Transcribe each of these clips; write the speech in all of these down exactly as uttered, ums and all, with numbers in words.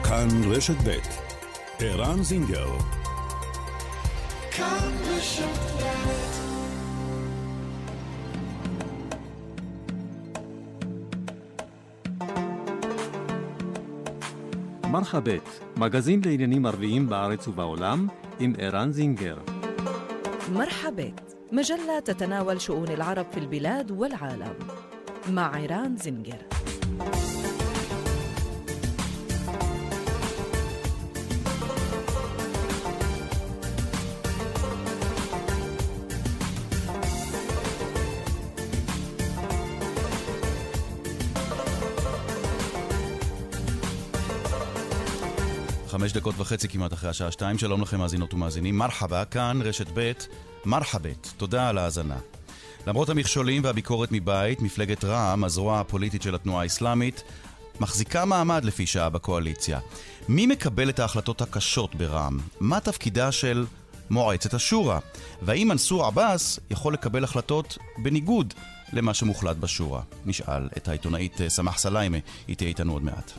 כאן רשת ב' ערן זינגר. כאן רשת ב'. מרחבת, מגזין לעניינים ערביים בארץ ובעולם עם ערן זינגר. مرحبات، مجلة تتناول شؤون العرب في البلاد والعالم مع عران زنجر. חמש דקות וחצי כמעט אחרי השעה שתיים. שלום לכם מאזינות ומאזינים. מרחבה, כאן רשת ב' מרחבת. תודה על ההאזנה. למרות המכשולים והביקורת מבית, מפלגת רע"מ, הזרוע הפוליטית של התנועה האסלאמית, מחזיקה מעמד לפי שעה בקואליציה. מי מקבל את ההחלטות הקשות ברע"מ? מה תפקידה של מועצת השורא? והאם מנסור עבאס יכול לקבל החלטות בניגוד למה שמוחלט בשורא? נשאל את העיתונאית סמח סליימה, היא תהיה איתנו עוד מעט.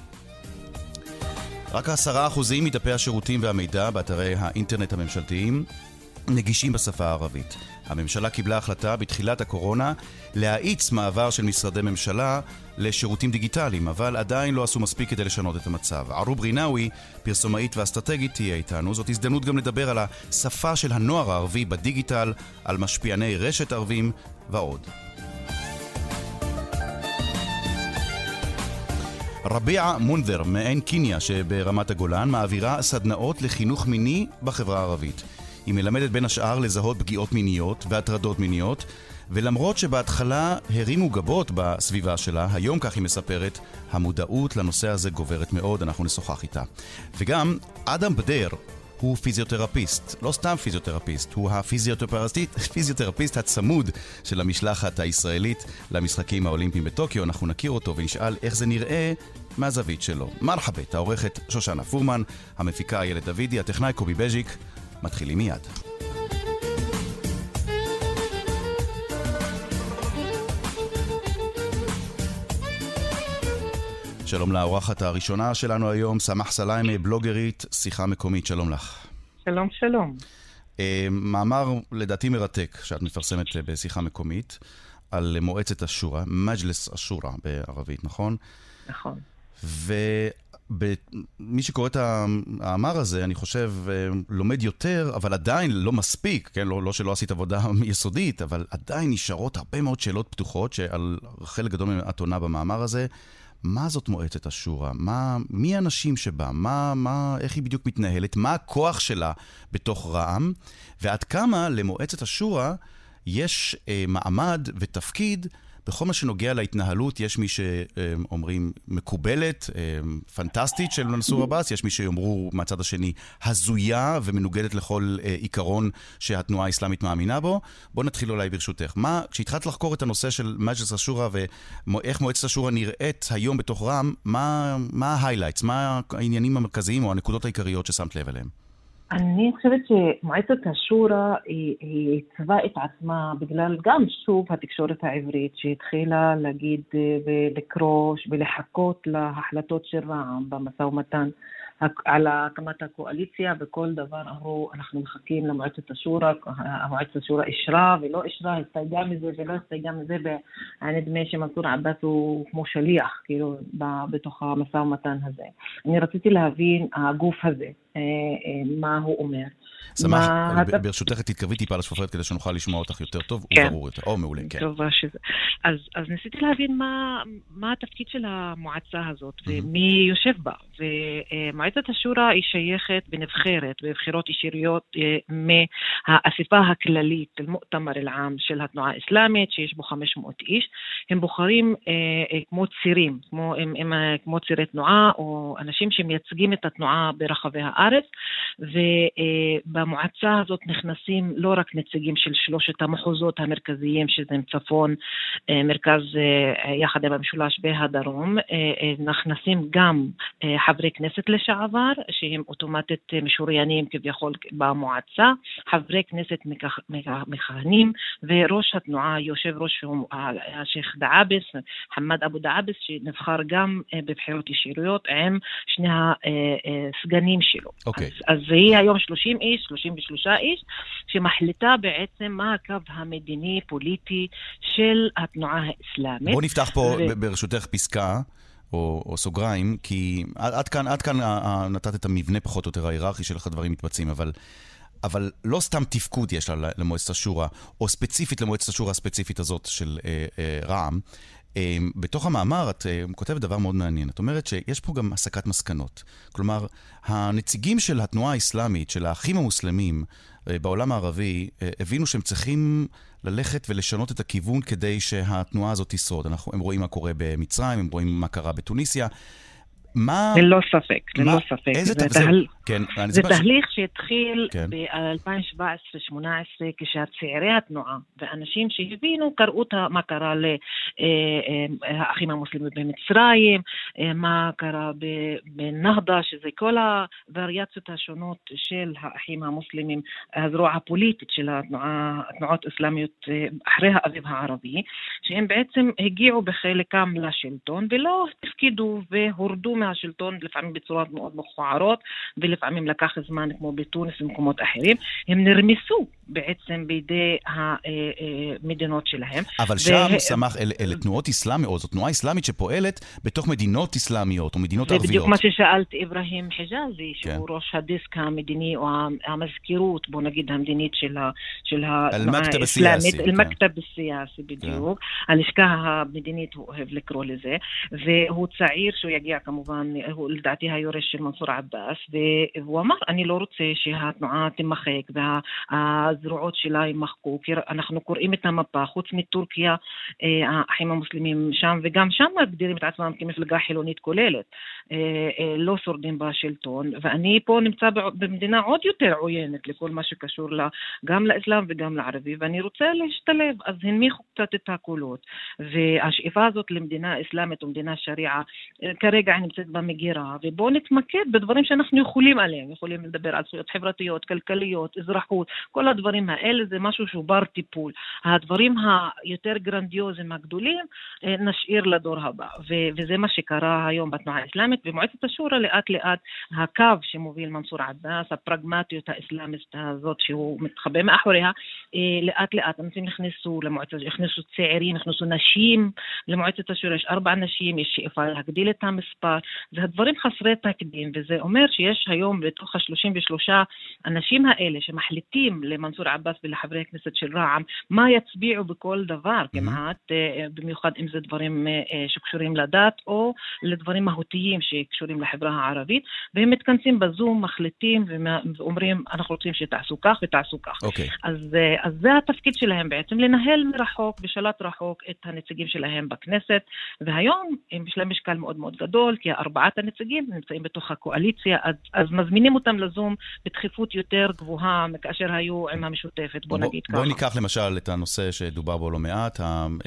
רק עשרה אחוזים מדפי השירותים והמידע באתרי האינטרנט הממשלתיים נגישים בשפה הערבית. הממשלה קיבלה החלטה בתחילת הקורונה להאיץ מעבר של משרדי ממשלה לשירותים דיגיטליים, אבל עדיין לא עשו מספיק כדי לשנות את המצב. ערוב רינאוי, פרסומאית ואסטרטגית, תהיה איתנו. זאת הזדמנות גם לדבר על השפה של הנוער הערבי בדיגיטל, על משפיעני רשת ערבים ועוד. רביעה מונדר מעין קיניה שברמת הגולן מעבירה סדנאות לחינוך מיני בחברה הערבית. היא מלמדת בין השאר לזהות פגיעות מיניות והטרדות מיניות, ולמרות שבהתחלה הרימו גבות בסביבה שלה, היום, כך היא מספרת, המודעות לנושא הזה גוברת מאוד. אנחנו נשוחח איתה. וגם אדם בדר הוא פיזיותרפיסט, לא סתם פיזיותרפיסט, הוא הפיזיותרפיסט הצמוד של המשלחת הישראלית למשחקים האולימפיים בטוקיו. אנחנו נכיר אותו ונשאל איך זה נראה מהזווית שלו. מרחבת, העורכת שושנה פורמן, המפיקה איילת דוידי, הטכנאי קובי בז'יק. מתחילים מיד. שלום לאורחת הראשונה שלנו היום, סמח סליימה, בלוגרית, שיחה מקומית. שלום לך. שלום, שלום. מאמר לדעתי מרתק שאת מפרסמת בשיחה מקומית על מועצת השורא, מג'לס השורא בערבית, נכון? נכון. ומי שקורא את המאמר הזה, אני חושב, לומד יותר, אבל עדיין לא מספיק, כן? לא, לא שלא עשית עבודה יסודית, אבל עדיין נשארות הרבה מאוד שאלות פתוחות שעל חלק גדול מהתונה במאמר הזה. מה זאת מועצת השורא? מה, מי האנשים שבה? מה, מה, איך היא בדיוק מתנהלת? מה הכוח שלה בתוך רע"מ? ועד כמה למועצת השורא יש אה, מעמד ותפקיד בכל מה שנוגע להתנהלות? יש מי שאומרים מקובלת, אה, פנטסטית של מנסור עבאס, יש מי שאומרו מהצד השני הזויה ומנוגדת לכל אה, עיקרון שהתנועה האסלאמית מאמינה בו. בוא נתחיל אולי ברשותך. מה, כשהתחלת לחקור את הנושא של מג'לס השורא ואיך מועצת השורא נראית היום בתוך רע"מ, מה, מה ההיילייטס, מה העניינים המרכזיים או הנקודות העיקריות ששמת לב אליהם? אני חושבת שמועצת השורא היא, היא צבא את עצמה בגלל גם שוב התקשורת העברית שהתחילה להגיד ולקרוש ולחכות להחלטות של רע"מ במשא ומתן על הקמת הקואליציה. בכל דבר אמרו אנחנו מחכים למועצת השורא, המועצת השורא אישרה ולא אישרה, הסתייגה מזה ולא הסתייגה מזה, ונדמה שמנסור עבאס הוא כמו שליח כאילו בתוך המשא ומתן הזה. אני רציתי להבין הגוף הזה מה הוא אומר. סמח, ברשותך תתקרבי טיפה לשפופרת כדי שנוכל לשמוע אותך יותר טוב וברור יותר. או מעולה, כן. אז אז ניסיתי להבין מה מה התפקיד של המועצה הזאת ומי יושב בה. ומועצת השורא היא שייכת ונבחרת בבחירות ישירות מהאספה הכללית, المؤتمر العام של התנועה האסלאמית, שיש בו חמש מאות איש. הם בוחרים כמו צירים, כמו כמו צירי תנועה או אנשים שמייצגים את התנועה ברחבי הארץ. ובמועצה הזאת נכנסים לא רק נציגים של שלושת המחוזות המרכזיים, שזה צפון, מרכז יחד עם המשולש והדרום, נכנסים גם חברי כנסת לשעבר, שהם אוטומטית משוריינים כביכול במועצה, חברי כנסת מכהנים, וראש התנועה, יושב ראש השייח דעאבס, חמד אבו דעאבס, שנבחר גם בבחירות ישירויות עם שני הסגנים שלו. Okay. אז, אז היא היום שלושים איש, שלושים ושלושה איש, שמחליטה בעצם מה הקו המדיני פוליטי של התנועה האסלאמית. בוא נפתח פה ו... ברשותך פסקה או, או סוגריים, כי עד, עד כאן, עד כאן נתת את המבנה פחות או יותר ההיררכי של איך הדברים מתבצעים, אבל, אבל לא סתם תפקוד יש לה למועצת השורא, או ספציפית למועצת השורא הספציפית הזאת של אה, אה, רע"מ. אה, בתוך המאמר את אה, כותבת דבר מאוד מעניין. את אומרת שיש פה גם הסקת מסקנות. כלומר, הנציגים של התנועה האסלאמית, של האחים המוסלמים אה, בעולם הערבי, אה, הבינו שהם צריכים ללכת ולשנות את הכיוון כדי שהתנועה הזאת תשרוד. אנחנו, הם רואים מה קורה במצרים, הם רואים מה קרה בתוניסיה. מה... ללא ספק, ללא מה... ספק. איזה זה, תהל... תהל... כן, זה תהליך ש... שהתחיל כן. ב-אלפיים שבע עשרה שמונה עשרה, כשהצעירי התנועה ואנשים שהבינו, קראו מה קרה לאחים המוסלמים במצרים, מה קרה בנהדה, שזה כל הווריאציות השונות של האחים המוסלמים, הזרוע הפוליטית של התנועה, התנועות האסלאמיות אחרי האביב הערבי, שהם בעצם הגיעו בחלקם לשלטון ולא תפקידו והורדו מהשלטון לפעמים בצורות מאוד מכוערות, ולפעמים לקח זמן כמו בתוניס ומקומות אחרים, הם נרמסו בעצם בידי המדינות שלהם. אבל שם שמח, אלה תנועות אסלאמיות, או זו תנועה אסלאמית שפועלת בתוך מדינות אסלאמיות או מדינות ערביות. זה בדיוק מה ששאלת אברהים חיג'אזי, שהוא ראש הדיסק המדיני או המזכירות, בוא נגיד המדינית של התנועה האסלאמית, אל-מכתב הסיאסי בדיוק, הלשכה המדינית הוא אוהב לקרוא לזה, והוא צעיר שהוא יגיע כמובן, הוא לדעתי היורש של מנסור עבאס, והוא אמר, אני לא רוצה שהתנועה תמחק והזרועות שלה ימחקו, כי אנחנו קוראים את המפה, חוץ מטורקיה, האחים המוסלמים שם, וגם שם מגדירים את עצמם כמפלגה חילונית כוללת, לא שורדים בשלטון, ואני פה נמצא במדינה עוד יותר עוינת לכל מה שקשור לה, גם לאסלאם וגם לערבי, ואני רוצה להשתלב, אז הנמיכו קצת את הקולות, והשאיפה הזאת למדינה אסלאמית ומדינה שריעה, כרגע נמצאת במגירה, ובואו נתמקד בדברים שאנחנו יכולים עליהם, יכולים לדבר על זכויות חברתיות, כלכליות, אזרחות, כל הדברים האלה זה משהו שהוא בר טיפול. הדברים היותר גרנדיוזיים הגדולים נשאיר לדור הבא, ו- וזה מה שקרה היום בתנועה האסלאמית, במועצת השורא לאט לאט הקו שמוביל מנסור עבאס, הפרגמטיות האסלאמית הזאת שהוא מתחבא מאחוריה, לאט לאט אנשים נכנסו למועצת, נכנסו צעירים, נכנסו נשים למועצת השורא, יש ארבע נשים, יש שאיפה להגדיל את המספר, זה הדברים חסרי תקדים, וזה אומר שיש היום בתוך ה-שלושים ושלושה אנשים האלה שמחליטים למנסור עבאס ולחברי הכנסת של רע"מ מה יצביעו בכל דבר כמעט, במיוחד אם זה דברים שקשורים לדת או לדברים מהותיים שקשורים לחברה הערבית, והם מתכנסים בזום, מחליטים ואומרים אנחנו רוצים שתעשו כך ותעשו כך. Okay. אז, אז זה התפקיד שלהם בעצם, לנהל מרחוק, בשלט רחוק את הנציגים שלהם בכנסת, והיום יש להם משקל מאוד מאוד גדול, כי ארבעת הנציגים נמצאים בתוך הקואליציה, אז, אז מזמינים אותם לזום בדחיפות יותר גבוהה מכאשר היו עם המשותפת, בוא, בוא נגיד ככה. בואי ניקח למשל את הנושא שדובר בו לא מעט,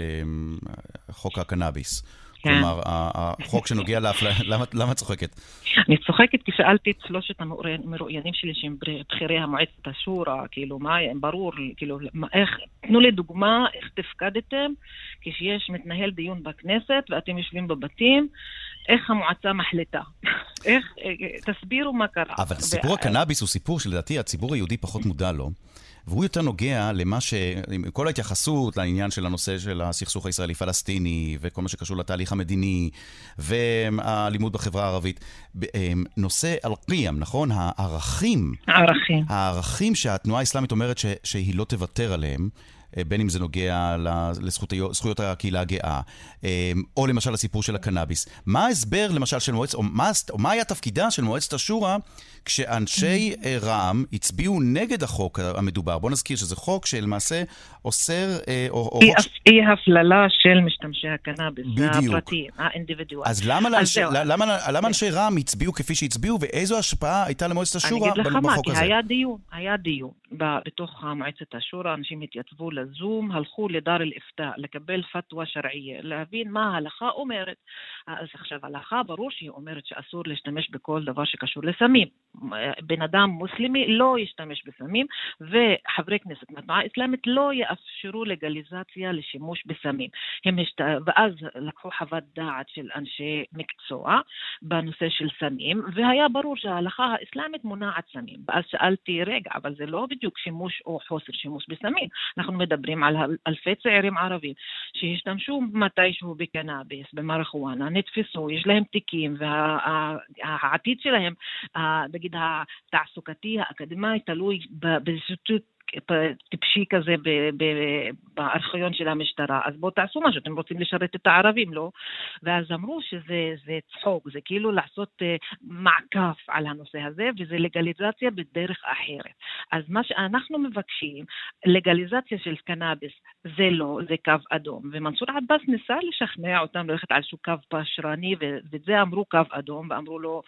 חוק הקנאביס. כלומר, החוק שנוגע להפליה, למה צוחקת? אני צוחקת כי שאלתי את שלושת המרואיינים שלי שהם בחירי המועצת השורא, כאילו מה, ברור, כאילו, איך, תנו לי דוגמה, איך תפקדתם, כשיש מתנהל דיון בכנסת ואתם יושבים בבתים, איך המועצה מחליטה? איך, תסבירו מה קרה. אבל סיפור הקנאביס הוא סיפור שלדעתי הציבור היהודי פחות מודע לו, והוא יותר נוגע למה ש... כל ההתייחסות לעניין של הנושא של הסכסוך הישראלי-פלסטיני, וכל מה שקשור לתהליך המדיני, והלימוד בחברה הערבית. נושא על-קיים, נכון? הערכים. הערכים. הערכים שהתנועה האסלאמית אומרת ש... שהיא לא תוותר עליהם, בין אם זה נוגע לזכויות הקהילה הגאה, או למשל הסיפור של הקנאביס. מה ההסבר למשל של מועצת, או מה, או מה היה תפקידה של מועצת השורא כשאנשי רע"מ הצביעו נגד החוק המדובר? בוא נזכיר שזה חוק שלמעשה אוסר... או, או היא, חוק... היא הפללה של משתמשי הקנאביס, בדיוק. הפרטיים, האינדיבידואל. אז למה, לאנש... למה, למה אנשי רע"מ הצביעו כפי שהצביעו, ואיזו השפעה הייתה למועצת השורא בחוק הזה? היה דיון, היה דיון. בתוך מועצת השורא, אנשים התייצבו לזום, הלכו לדר אל-איפתא, לקבל פתווה שרעייה, להבין מה ההלכה אומרת. אז עכשיו ההלכה ברור שהיא אומרת שאסור להשתמש בכל דבר שקשור לסמים. בן אדם מוסלמי לא ישתמש בסמים, וחברי כנסת מהתנועה האסלאמית לא יאפשרו לגליזציה לשימוש בסמים. הם השת... ואז לקחו חוות דעת של אנשי מקצוע בנושא של סמים, והיה ברור שההלכה האסלאמית מונעת סמים. ואז שאלתי, רגע, אבל זה לא בדיוק שימוש או חוסר שימוש בסמים. אנחנו מדברים על אלפי צעירים ערבים שהשתמשו מתישהו בקנאביס, במריחואנה, נתפסו, יש להם תיקים, והעתיד שלהם, נגיד התעסוקתי, האקדמי, תלוי בזוטות טיפשי כזה בארכיון של המשטרה. אז בואו תעשו משהו, אתם רוצים לשרת את הערבים, לא? ואז אמרו שזה זה צחוק, זה כאילו לעשות מעקף על הנושא הזה, וזה לגליזציה בדרך אחרת. אז מה שאנחנו מבקשים, לגליזציה של קנאביס, זה לא, זה קו אדום. ומנסור עבאס ניסה לשכנע אותם ללכת על שהוא קו פשרני, וזה אמרו קו אדום, ואמרו לו,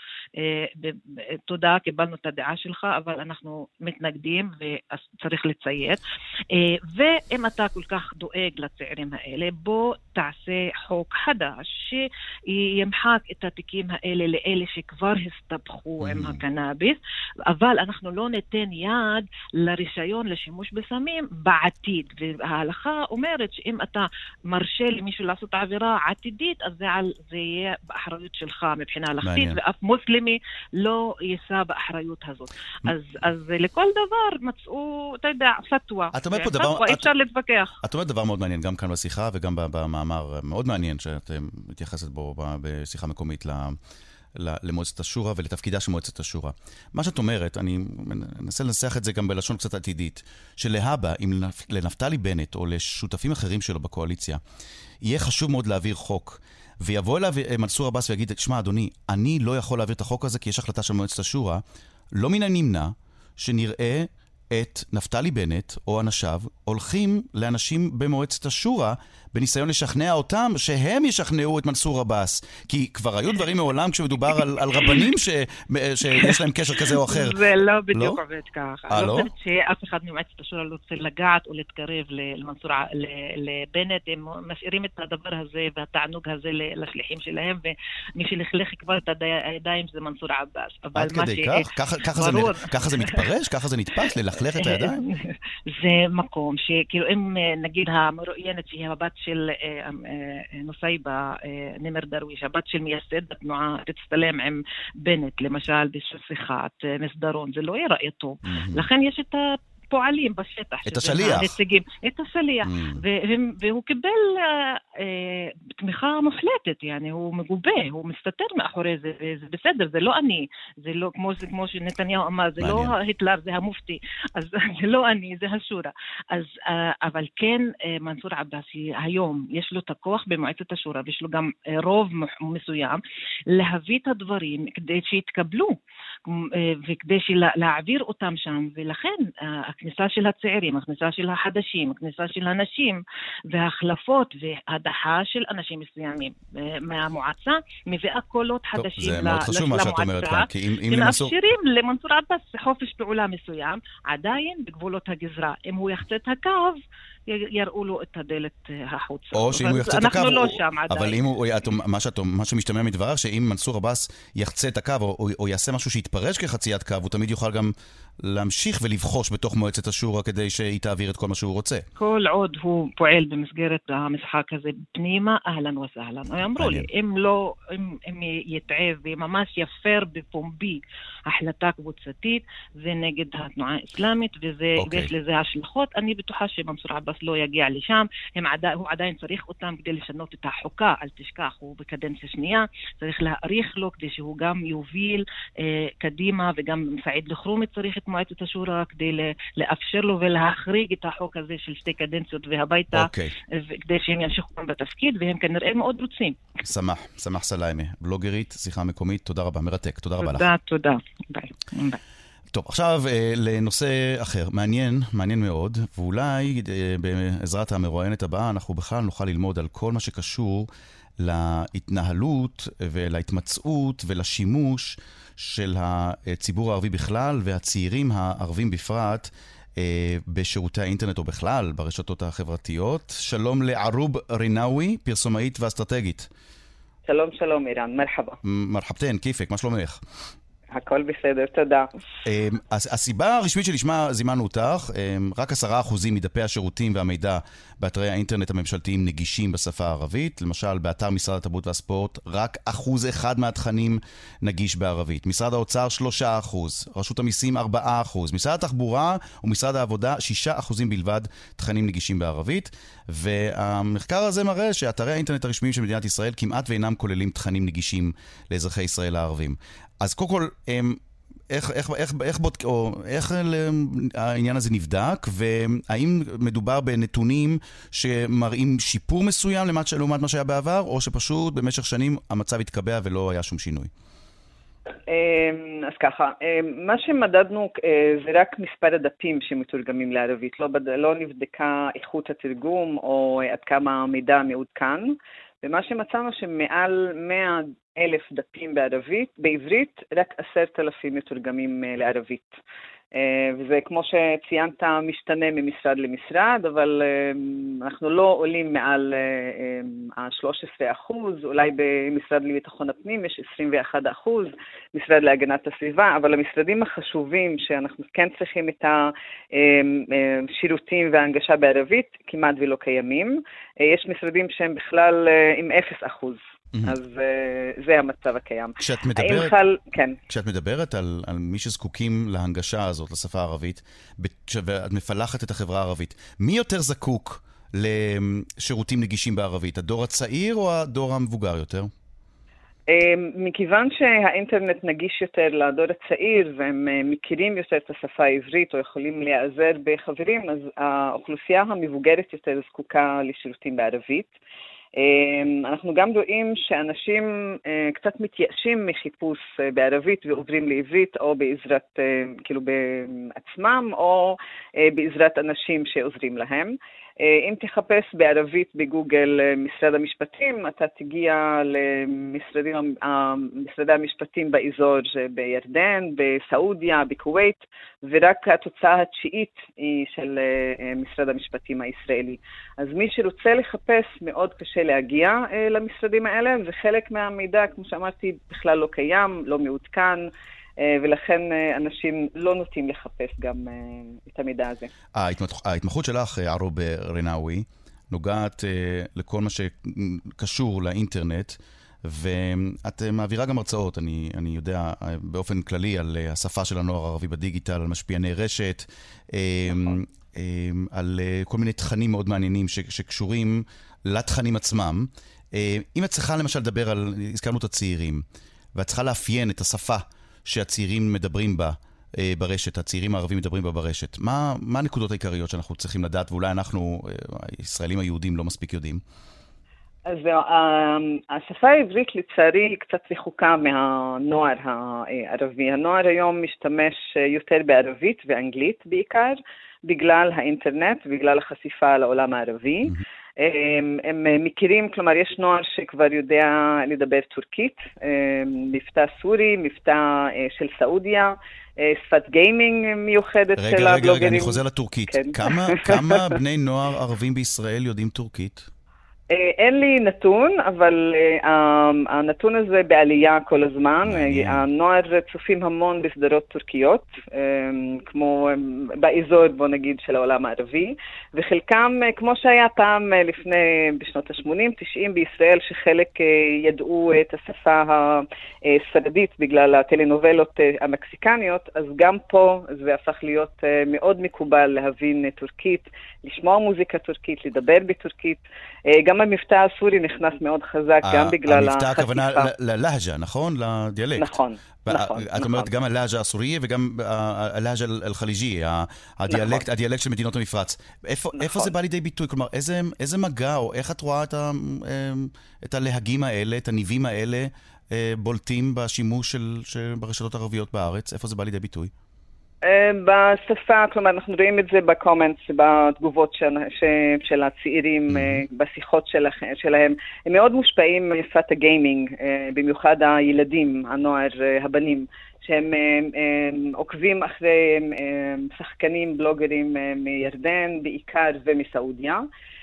תודה, קיבלנו את הדעה שלך, אבל אנחנו מתנגדים, וצריך צריך לציית, ואם אתה כל כך דואג לצעירים האלה, בוא תעשה חוק חדש שימחק את התיקים האלה לאלה שכבר הסתבכו עם הקנאביס, אבל אנחנו לא ניתן יד לרישיון לשימוש בסמים בעתיד, וההלכה אומרת שאם אתה מרשה למישהו לעשות עבירה עתידית, אז זה, על, זה יהיה באחריות שלך מבחינה הלכתית, ואף מוסלמי לא יישא באחריות הזאת. אז, אז לכל דבר מצאו אתה יודע, פתווה. את אומרת פה דבר... אי אפשר להתווכח. את אומרת דבר מאוד מעניין, גם כאן בשיחה וגם במאמר מאוד מעניין שאת מתייחסת בו בשיחה מקומית למועצת השורא ולתפקידה של מועצת השורא. מה שאת אומרת, אני מנסה לנסח את זה גם בלשון קצת עתידית, שלהבא, אם לנפתלי בנט או לשותפים אחרים שלו בקואליציה, יהיה חשוב מאוד להעביר חוק, ויבוא אליו מנסור עבאס ויגיד, שמע אדוני, אני לא יכול להעביר את החוק הזה כי יש החלטה של מועצת השורא, לא מן הנמנע שנראה את נפתלי בנט או אנשיו הולכים לאנשים במועצת השורא בניסיון לשכנע אותם שהם ישכנעו את מנסור עבאס. כי כבר היו דברים מעולם כשמדובר על, על רבנים ש, שיש להם קשר כזה או אחר. זה לא בדיוק עובד ככה. אה, לא? אני חושבת שאף אחד ממועצת השורא לא רוצה לגעת או להתקרב למנסור, לבנט. הם משאירים את הדבר הזה והתענוג הזה לשליחים שלהם, ומי שלכלך כבר את הידיים זה מנסור עבאס. עד כדי כך? ככה, ככה, זה, ככה זה מתפרש? ככה זה נתפס? ללכלך את הידיים? זה מקום שכאילו אם נגיד המרואיינת שהיא הבת של נוסייבה נמר דרוויש, הבת של מייסד התנועה, תצטלם עם בנט למשל בשיחת מסדרון, זה לא ייראה טוב. לכן יש את פועלים בשטח. את השליח. הנציגים, את השליח. והוא קיבל תמיכה מוחלטת, yani, הוא מגובה, הוא מסתתר מאחורי זה, זה בסדר, זה לא אני, זה לא, כמו שנתניהו אמר, זה לא היטלר, זה המופתי, אז זה לא אני, זה השורא. אז, אבל כן, מנסור עבאס, היום, יש לו את הכוח במועצת השורא, ויש לו גם רוב מסוים, להביא את הדברים כדי שיתקבלו, וכדי להעביר אותם שם, ולכן, הכניסה של הצעירים, הכניסה של החדשים, הכניסה של הנשים, והחלפות והדחה של אנשים מסוימים מהמועצה, מביאה קולות חדשים למועצה. זה מאוד חשוב מה שאת אומרת כאן, כי אם שמאפשרים למנסור עבאס חופש פעולה מסוים, עדיין בגבולות הגזרה. אם הוא יחצה את הקו, יראו לו את הדלת החוצה. או שאם הוא יחצה את הקו, אנחנו לא שם עדיין. אבל אם הוא, מה שמשתמע מדבריו, שאם מנסור עבאס יחצה את הקו, או יעשה משהו שיתפרש כחציית קו, הוא תמיד יוכל גם להמשיך ולבחוש בתוך מועצת השורא כדי שהיא תעביר את כל מה שהוא רוצה. כל עוד הוא פועל במסגרת המשחק הזה פנימה, אהלן וסהלן. אמרו לי, אם לא, אם יתעב וממש יפר בפומבי החלטה קבוצתית, זה נגד התנועה האסלאמית, ויש לזה השלכות. אני בטוחה שמנסור עבאס לא יגיע לשם, הוא עדיין צריך אותם כדי לשנות את החוקה, אל תשכח, הוא בקדנציה שנייה, צריך להאריך לו כדי שהוא גם יוביל קדימה, וגם סעיד לחרומי צריך את מועצת השורא כדי לאפשר לו ולהחריג את החוק הזה של שתי קדנציות והביתה, כדי שהם ימשיכו בתפקיד, והם כנראה מאוד רוצים. שמח, שמח סליימה, בלוגרית, שיחה מקומית, תודה רבה, מרתק, תודה רבה לך. תודה, תודה. ביי. ביי. טוב, עכשיו לנושא אחר, מעניין, מעניין מאוד, ואולי בעזרת המרואיינת הבאה אנחנו בכלל נוכל ללמוד על כל מה שקשור להתנהלות ולהתמצאות ולשימוש של הציבור הערבי בכלל והצעירים הערבים בפרט בשירותי האינטרנט או בכלל, ברשתות החברתיות. שלום לערוב רינאוי, פרסומאית ואסטרטגית. שלום, שלום, אירן, מרחבה. מרחבתן, כיפק, מה שלומך? הכל בסדר, תודה. הסיבה הרשמית שלשמה זימנו אותך, רק עשרה אחוזים מדפי השירותים והמידע באתרי האינטרנט הממשלתיים נגישים בשפה הערבית. למשל, באתר משרד התרבות והספורט, רק אחוז אחד מהתכנים נגיש בערבית. משרד האוצר, שלושה אחוז. רשות המיסים, ארבעה אחוז. משרד התחבורה ומשרד העבודה, שישה אחוזים בלבד תכנים נגישים בערבית. והמחקר הזה מראה שאתרי האינטרנט הרשמיים של מדינת ישראל כמעט ואינם כוללים תכנים נגישים לאזרחי ישראל הערבים. אז קודם כל, איך, איך, איך, איך, בודק, או איך העניין הזה נבדק, והאם מדובר בנתונים שמראים שיפור מסוים לעומת מה שהיה בעבר, או שפשוט במשך שנים המצב התקבע ולא היה שום שינוי? אז ככה, מה שמדדנו זה רק מספר הדפים שמתורגמים לערבית, לא, לא נבדקה איכות התרגום או עד כמה המידע מעודכן, ומה שמצאנו שמעל מאה אלף דפים בערבית, בעברית רק עשרת אלפים מתורגמים לערבית. וזה כמו שציינת משתנה ממשרד למשרד, אבל אנחנו לא עולים מעל ה-שלושה עשר אחוז, אולי במשרד לביטחון הפנים יש עשרים ואחד אחוז, משרד להגנת הסביבה, אבל המשרדים החשובים שאנחנו כן צריכים את השירותים וההנגשה בערבית, כמעט ולא קיימים. יש משרדים שהם בכלל עם אפס אחוז. אז זה המצב הקיים. כשאת מדברת, חל... כן. כשאת מדברת על, על מי שזקוקים להנגשה הזאת לשפה הערבית, ואת מפלחת את החברה הערבית, מי יותר זקוק לשירותים נגישים בערבית? הדור הצעיר או הדור המבוגר יותר? מכיוון שהאינטרנט נגיש יותר לדור הצעיר, והם מכירים יותר את השפה העברית או יכולים להיעזר בחברים, אז האוכלוסייה המבוגרת יותר זקוקה לשירותים בערבית. אנחנו גם רואים שאנשים קצת מתייאשים מחיפוש בערבית ועוברים לעברית או בעזרת, כאילו בעצמם או בעזרת אנשים שעוזרים להם. אם תחפש בערבית בגוגל משרד המשפטים, אתה תגיע למשרדי המשפטים באזור בירדן, בסעודיה, בכווית, ורק התוצאה התשיעית היא של משרד המשפטים הישראלי. אז מי שרוצה לחפש מאוד קשה להגיע למשרדים האלה, וחלק מהמידע, כמו שאמרתי, בכלל לא קיים, לא מעודכן, ולכן אנשים לא נוטים לחפש גם את המידע הזה. ההתמחות שלך, ערוב רינאוי, נוגעת לכל מה שקשור לאינטרנט, ואת מעבירה גם הרצאות, אני, אני יודע באופן כללי על השפה של הנוער הערבי בדיגיטל, על משפיעני רשת, על כל מיני תכנים מאוד מעניינים שקשורים לתכנים עצמם. אם את צריכה למשל לדבר על, הזכרנו את הצעירים, ואת צריכה לאפיין את השפה שהצעירים מדברים בה ברשת, הצעירים הערבים מדברים בה ברשת. מה, מה הנקודות העיקריות שאנחנו צריכים לדעת, ואולי אנחנו, הישראלים היהודים, לא מספיק יודעים? אז השפה העברית לצערי היא קצת רחוקה מהנוער הערבי. הנוער היום משתמש יותר בערבית ואנגלית בעיקר, בגלל האינטרנט, בגלל החשיפה לעולם הערבי. הם, הם מכירים, כלומר יש נוער שכבר יודע לדבר טורקית, מבטא סורי, מבטא של סעודיה, שפת גיימינג מיוחדת רגע, של רגע, הבלוגרים. רגע, אני חוזר לטורקית. כן. כמה, כמה בני נוער ערבים בישראל יודעים טורקית? אין לי נתון, אבל uh, הנתון הזה בעלייה כל הזמן. Uh, הנוער צופים המון בסדרות טורקיות, uh, כמו um, באזור, בוא נגיד, של העולם הערבי, וחלקם, uh, כמו שהיה פעם uh, לפני, בשנות ה-שמונים תשעים בישראל, שחלק uh, ידעו את השפה הספרדית בגלל הטלנובלות uh, המקסיקניות, אז גם פה זה הפך להיות uh, מאוד מקובל להבין uh, טורקית, לשמוע מוזיקה טורקית, לדבר בטורקית. Uh, גם המבטא הסורי נכנס מאוד חזק, גם בגלל החשיפה. המבטא הכוונה ללהג'ה, נכון? לדיאלקט. נכון, נכון. את אומרת גם הלהג'ה הסוריה וגם הלהג'ה אל-חליג'יה, הדיאלקט של מדינות המפרץ. איפה זה בא לידי ביטוי? כלומר, איזה מגע או איך את רואה את הלהגים האלה, את הניבים האלה, בולטים בשימוש ברשתות הערביות בארץ? איפה זה בא לידי ביטוי? בשפה, כלומר, אנחנו רואים את זה בקומנטס, בתגובות של, של הצעירים, mm-hmm. בשיחות של, שלהם. הם מאוד מושפעים משפת הגיימינג, במיוחד הילדים, הנוער, הבנים, שהם עוקבים אחרי שחקנים, בלוגרים מירדן, בעיקר ומסעודיה.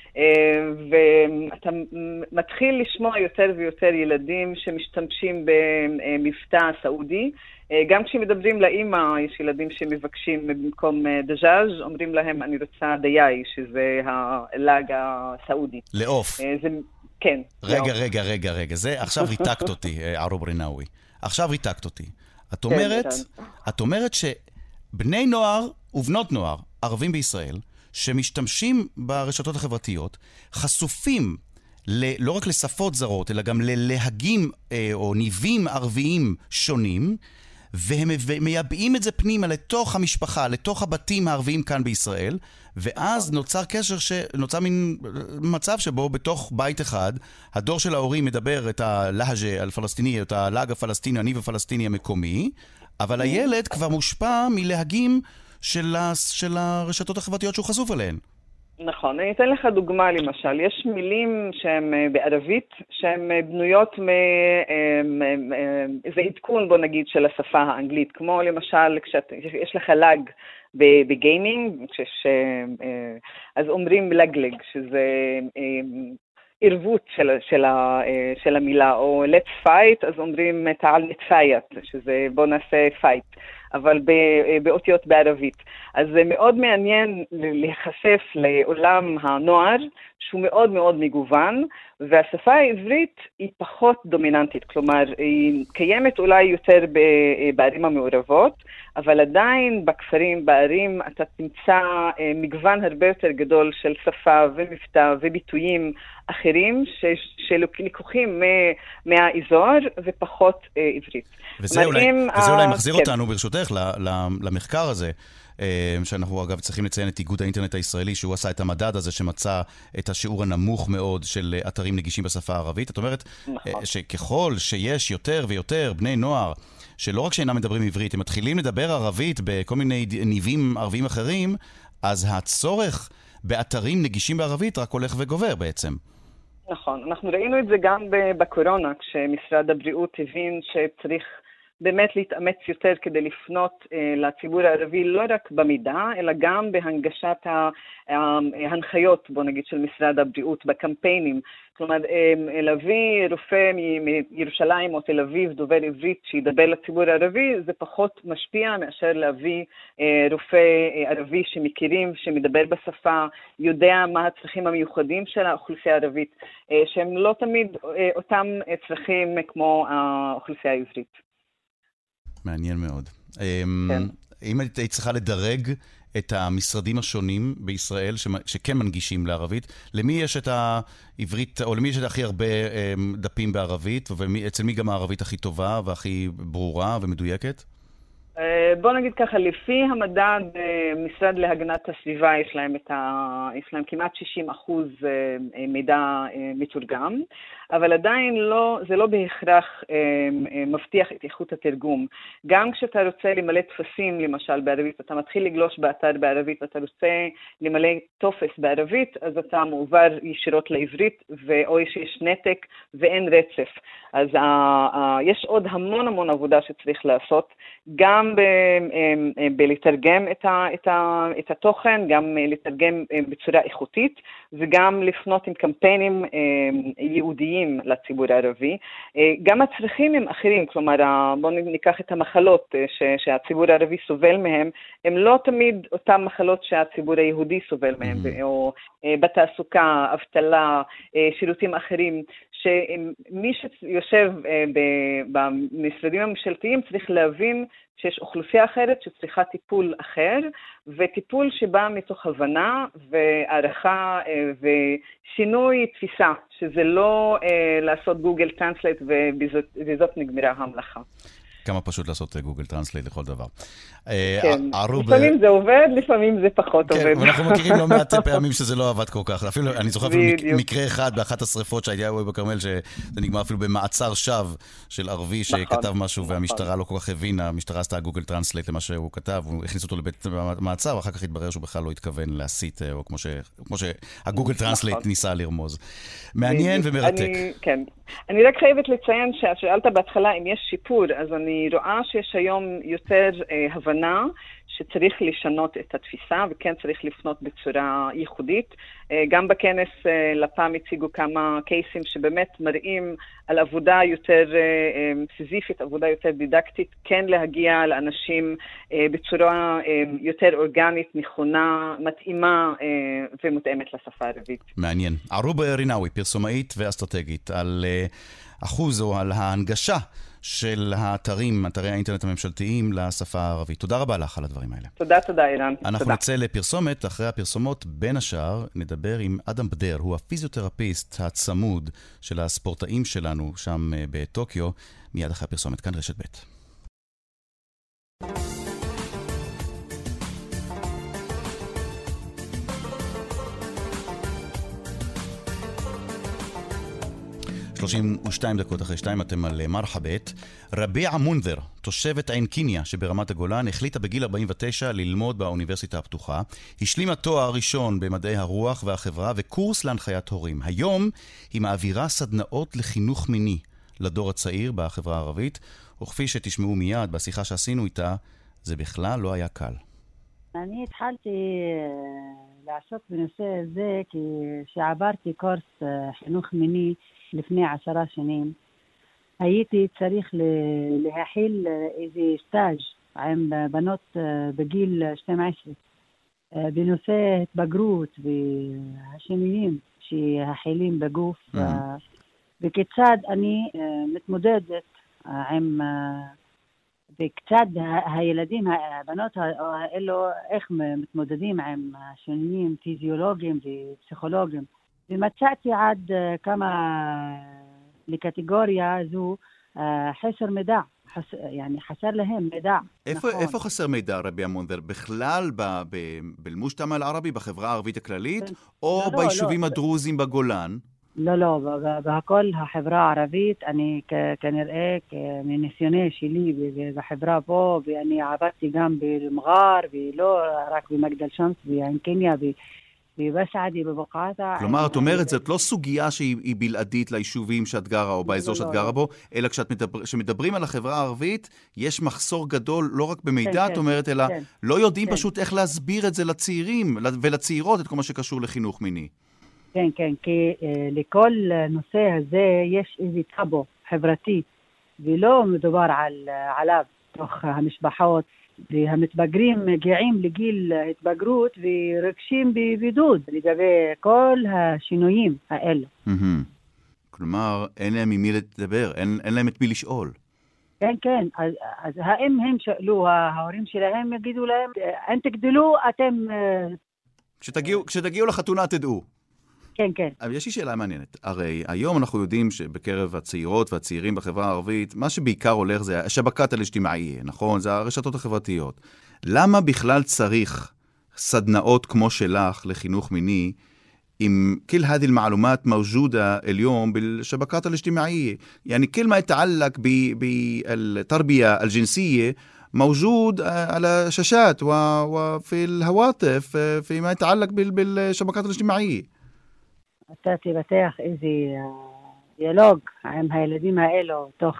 ואתה מתחיל לשמוע יותר ויותר ילדים שמשתמשים במבטא סעודי. גם כשמדברים לאמא, יש ילדים שמבקשים במקום דז'אז', אומרים להם אני רוצה דיי, שזה הלאג הסעודי. לעוף. זה, כן. רגע, לעוף. רגע, רגע, רגע. זה עכשיו ריתקת אותי, ערוב רינאווי. עכשיו ריתקת אותי. את אומרת, את אומרת שבני נוער ובנות נוער, ערבים בישראל, שמשתמשים ברשתות החברתיות, חשופים ל, לא רק לשפות זרות, אלא גם ללהגים אה, או ניבים ערביים שונים, והם מייבאים את זה פנימה לתוך המשפחה, לתוך הבתים הערביים כאן בישראל, ואז נוצר קשר, ש... נוצר מין מצב שבו בתוך בית אחד, הדור של ההורים מדבר את הלהג'ה הפלסטיני, את הלהג הפלסטיני, הניב הפלסטיני המקומי, אבל הילד כבר מושפע מלהגים של, ה... של הרשתות החברתיות שהוא חשוף עליהן. נכון, אני אתן לך דוגמה למשל, יש מילים שהן בערבית, שהן בנויות מאיזה עדכון בוא נגיד של השפה האנגלית, כמו למשל כשיש לך לג בגיימינג, כשיש, אז אומרים לגלג, שזה ערבות של, של, של המילה, או let's fight, אז אומרים תעל נתפייט, שזה בוא נעשה fight. אבל באותיות בערבית. אז זה מאוד מעניין להיחשף לעולם הנוער, שהוא מאוד מאוד מגוון, והשפה העברית היא פחות דומיננטית, כלומר, היא קיימת אולי יותר בערים המעורבות, אבל עדיין בכפרים, בערים, אתה תמצא מגוון הרבה יותר גדול של שפה ומבטא וביטויים אחרים, שלקוחים מהאזור ופחות עברית. וזה אולי, וזה אולי מחזיר אותנו ברשותך למחקר הזה, שאנחנו אגב צריכים לציין את איגוד האינטרנט הישראלי, שהוא עשה את המדד הזה שמצא את השיעור הנמוך מאוד של אתרים נגישים בשפה הערבית. את אומרת שככל שיש יותר ויותר בני נוער, שלא רק שאינם מדברים עברית, הם מתחילים לדבר ערבית בכל מיני ניבים ערביים אחרים, אז הצורך באתרים נגישים בערבית רק הולך וגובר בעצם. נכון, אנחנו ראינו את זה גם בקורונה, כשמשרד הבריאות הבין שצריך באמת להתאמץ יותר כדי לפנות אה, לציבור הערבי, לא רק במידע, אלא גם בהנגשת ההנחיות, בוא נגיד, של משרד הבריאות, בקמפיינים. כלומר, אה, להביא רופא מירושלים או תל אביב, דובר עברית, שידבר לציבור הערבי, זה פחות משפיע מאשר להביא אה, רופא אה, ערבי שמכירים, שמדבר בשפה, יודע מה הצרכים המיוחדים של האוכלוסייה הערבית, אה, שהם לא תמיד אה, אותם צרכים כמו האוכלוסייה העברית. מעניין מאוד. כן. אם היית צריכה לדרג את המשרדים השונים בישראל שכן מנגישים לערבית, למי יש את העברית, או למי יש את הכי הרבה דפים בערבית, ואצל מי גם הערבית הכי טובה והכי ברורה ומדויקת? בוא נגיד ככה, לפי המדד, משרד להגנת הסביבה יש להם, את ה... יש להם כמעט שישים אחוז מידע מתורגם, אבל עדיין לא, זה לא בהכרח מבטיח את איכות התרגום. גם כשאתה רוצה למלא תפסים, למשל בערבית, אתה מתחיל לגלוש באתר בערבית, ואתה רוצה למלא טופס בערבית, אז אתה מעובר ישירות לעברית, או שיש נתק ואין רצף. אז ה... יש עוד המון המון עבודה שצריך לעשות, גם ב- בלתרגם את, ה- את, ה- את התוכן, גם לתרגם בצורה איכותית, וגם לפנות עם קמפיינים ייעודיים לציבור הערבי. גם הצרכים הם אחרים, כלומר, בואו ניקח את המחלות ש- שהציבור הערבי סובל מהם, הם לא תמיד אותן מחלות שהציבור היהודי סובל מהם, mm-hmm. או בתעסוקה, אבטלה, שירותים אחרים, שמי שיושב במשרדים הממשלתיים צריך להבין שיש אוכלוסייה אחרת שצריכה טיפול אחר, וטיפול שבא מתוך הבנה והערכה ושינוי תפיסה, שזה לא לעשות גוגל טרנסלייט ובזאת נגמרה המלאכה. כמה פשוט לעשות גוגל טרנסלייט לכל דבר. כן, לפעמים זה עובד, לפעמים זה פחות עובד. כן, ואנחנו מכירים לא מעט פעמים שזה לא עבד כל כך. אפילו, אני זוכר אפילו מקרה אחד באחת השריפות שהייתה בכרמל, שזה נגמר אפילו במעצר שווא של ערבי שכתב משהו, והמשטרה לא כל כך הבינה, המשטרה עשתה גוגל טרנסלייט למה שהוא כתב, הוא הכניס אותו לבית מעצר, ואחר כך התברר שהוא בכלל לא התכוון להסית, או כמו שהגוגל טרנסלייט ניסה לרמוז. מעניין ומרתק. כן. אני רק חייבת לציין ששאלת בהתחלה אם יש שיפור, אז אני רואה שיש היום יותר אה, הבנה שצריך לשנות את התפיסה, וכן צריך לפנות בצורה ייחודית. אה, גם בכנס אה, לפ"ם הציגו כמה קייסים שבאמת מראים על עבודה יותר אה, סיזיפית, עבודה יותר דידקטית, כן להגיע לאנשים אה, בצורה אה, יותר אורגנית, נכונה, מתאימה אה, ומותאמת לשפה הערבית. מעניין. ערובה רינאוי, פרסומאית ואסטרטגית, על אה, אחוז או על ההנגשה של האתרים, אתרי האינטרנט הממשלתיים לשפה הערבית. תודה רבה לך על הדברים האלה. תודה, תודה, אירן. אנחנו תודה. נצא לפרסומת. אחרי הפרסומות, בין השאר, נדבר עם אדם בדר, הוא הפיזיותרפיסט הצמוד של הספורטאים שלנו שם בטוקיו, מיד אחרי הפרסומת. כאן רשת ב'. שלושים ושתיים דקות אחרי שתיים אתם על מרחבת. רביע מונדר, תושבת עין קיניה שברמת הגולן, החליטה בגיל ארבעים ותשע ללמוד באוניברסיטה הפתוחה. השלימה תואר ראשון במדעי הרוח והחברה וקורס להנחיית הורים. היום היא מעבירה סדנאות לחינוך מיני לדור הצעיר בחברה הערבית, וכפי שתשמעו מיד בשיחה שעשינו איתה, זה בכלל לא היה קל. אני התחלתי לעסוק בנושא הזה כשעברתי קורס חינוך מיני לפני עשרה שנים. הייתי צריך להכיל איזה סטאז' עם בנות בגיל שתים עשרה בנושא התבגרות והשינויים שהחילים בגוף וכיצד אני מתמודדת עם וכיצד הילדים, הבנות האלו, איך מתמודדים עם השינויים פיזיולוגיים ופסיכולוגיים. ומצאתי עד כמה לקטגוריה זו חסר מידע, חס, يعني חסר להם מידע. איפה, נכון. איפה חסר מידע, רבי המונדר? בכלל בלמושתמע אל-ערבי, בחברה הערבית הכללית, או לא, ביישובים לא, הדרוזים בגולן? לא, לא, בהכל החברה הערבית, אני כנראה מניסיוני שלי בחברה פה, ואני עבדתי גם במג'אר, ולא רק במגדל שמס, בעין קיניה, ובסעדי, בבוקעאתא. כלומר, את אומרת, זאת לא סוגיה שהיא בלעדית ליישובים שאת גרה, או באזור שאת גרה בו, אלא כשמדברים על החברה הערבית, יש מחסור גדול, לא רק במידע, את אומרת, אלא לא יודעים פשוט איך להסביר את זה לצעירים ולצעירות, את כל מה שקשור לחינוך מיני. כן, כן, כי לכל נושא הזה יש איזה טאבו חברתי, ולא מדובר על, עליו תוך המשפחות, והמתבגרים מגיעים לגיל התבגרות ורגשים בבידוד לגבי כל השינויים האלה. כלומר, אין להם עם מי לדבר, אין, אין להם את מי לשאול. כן, כן. אז, אז האם הם שאלו, ההורים שלהם יגידו להם, אין תגדלו, אתם... כשתגיעו, כשתגיעו לחתונה תדעו. כן, כן. אבל יש לי שאלה מעניינת. הרי היום אנחנו יודעים שבקרב הצעירות והצעירים בחברה הערבית, מה שבעיקר הולך זה השבקת אל-אג'תמאעיה, נכון? זה הרשתות החברתיות. למה בכלל צריך סדנאות כמו שלך לחינוך מיני, אם כל هذه المعلومات موجودة اليوم بالشبكات الاجتماعية؟ يعني كل ما يتعلق بالتربية الجنسية موجود على شاشات وفي الهواتف فيما يتعلق بالشبكات الاجتماعية. אתה תבטח איזה דיאלוג עם הילדים האלו, תוך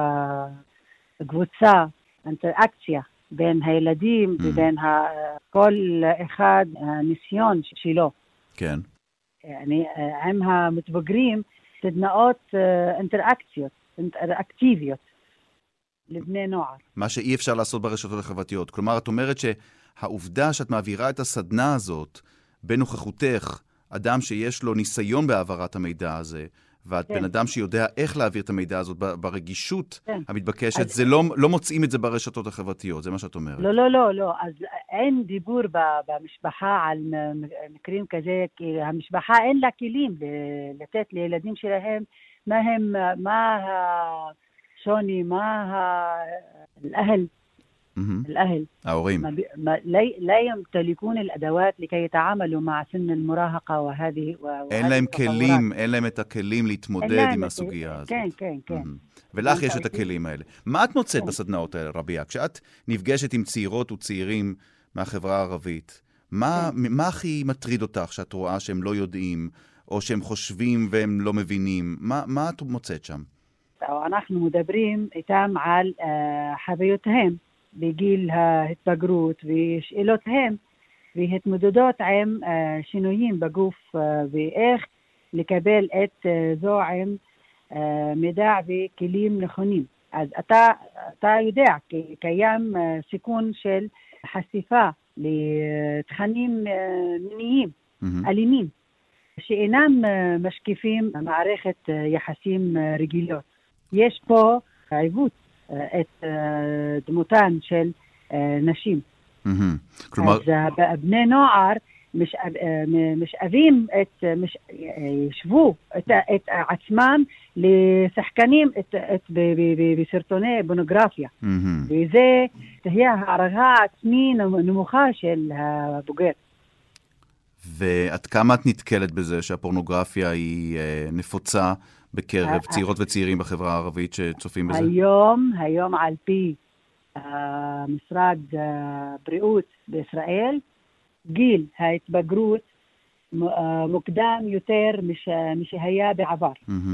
קבוצה, אינטראקציה בין הילדים mm. ובין כל אחד הניסיון שלו. כן. אני, עם המתבגרים, סדנאות אינטראקציות, אינטראקטיביות לבני נוער. מה שאי אפשר לעשות ברשתות החברתיות. כלומר, את אומרת שהעובדה שאת מעבירה את הסדנה הזאת בנוכחותך, אדם שיש לו ניסיון בעברת המידע הזה, ואת בן אדם שיודע איך להעביר את המידע הזאת ברגישות המתבקשת, זה לא, לא מוצאים את זה ברשתות החברתיות, זה מה שאת אומרת. לא, לא, לא, לא. אז אין דיבור במשפחה על מקרים כזה, כי המשפחה אין לה כלים לתת לילדים שלהם מה הם, מה השוני, מה الأهل مهم. الأهل ההורים. ما بي... ما... لا... لا يمتلكون الأدوات لكي يتعاملوا مع سن المراهقة وهذه و... אין להם כלים, אין להם את הכלים להתמודד עם הסוגיה הזאת. כן, כן, כן. ולך יש את הכלים האלה. מה את מוצאת בסדנאות האלה, רביה? כשאת נפגשת עם צעירות וצעירים מהחברה הערבית, מה, מה הכי מטריד אותך שאת רואה שהם לא יודעים, או שהם חושבים והם לא מבינים? מה, מה את מוצאת שם? אנחנו מדברים איתם על uh, חוויותיהם בגיל ההתבגרות ושאלותיהם והתמודדות עם uh, שינויים בגוף uh, ואיך לקבל את uh, זו עם uh, מידע וכלים נכונים. אז אתה, אתה יודע כי קיים uh, סיכון של חשיפה לתכנים uh, מיניים, mm-hmm. אלימים, שאינם uh, משקיפים מערכת uh, יחסים uh, רגילות. יש פה עיוות uh, את uh, דמותן של uh, נשים. Mm-hmm. כלומר... אז uh, בני נוער משאב, uh, משאבים את, uh, מש, uh, ישבו את, את עצמם לשחקנים את, את, ב, ב, ב, בסרטוני פורנוגרפיה. Mm-hmm. וזה תהיה הערכה עצמי נמוכה של הבוגר. ועד כמה את נתקלת בזה שהפורנוגרפיה היא uh, נפוצה בקרב צעירות וצעירים בחברה הערבית שצופים בזה? היום, היום על פי משרד הבריאות בישראל, גיל ההתבגרות מוקדם יותר משהיה בעבר.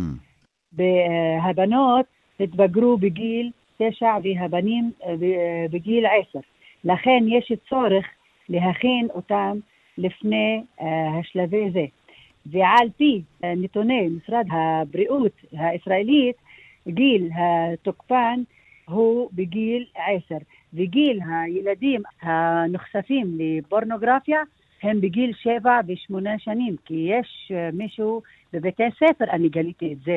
הבנות התבגרו בגיל תשע והבנים בגיל עשר. לכן יש צורך להכין אותם לפני השלבי זה. ועל פי נתוני משרד הבריאות הישראלית, גיל התוקפן הוא בגיל עשר, וגיל הילדים הנחשפים לפורנוגרפיה הם בגיל שבע ושמונה שנים, כי יש מישהו בבתי ספר, אני גליתי את זה.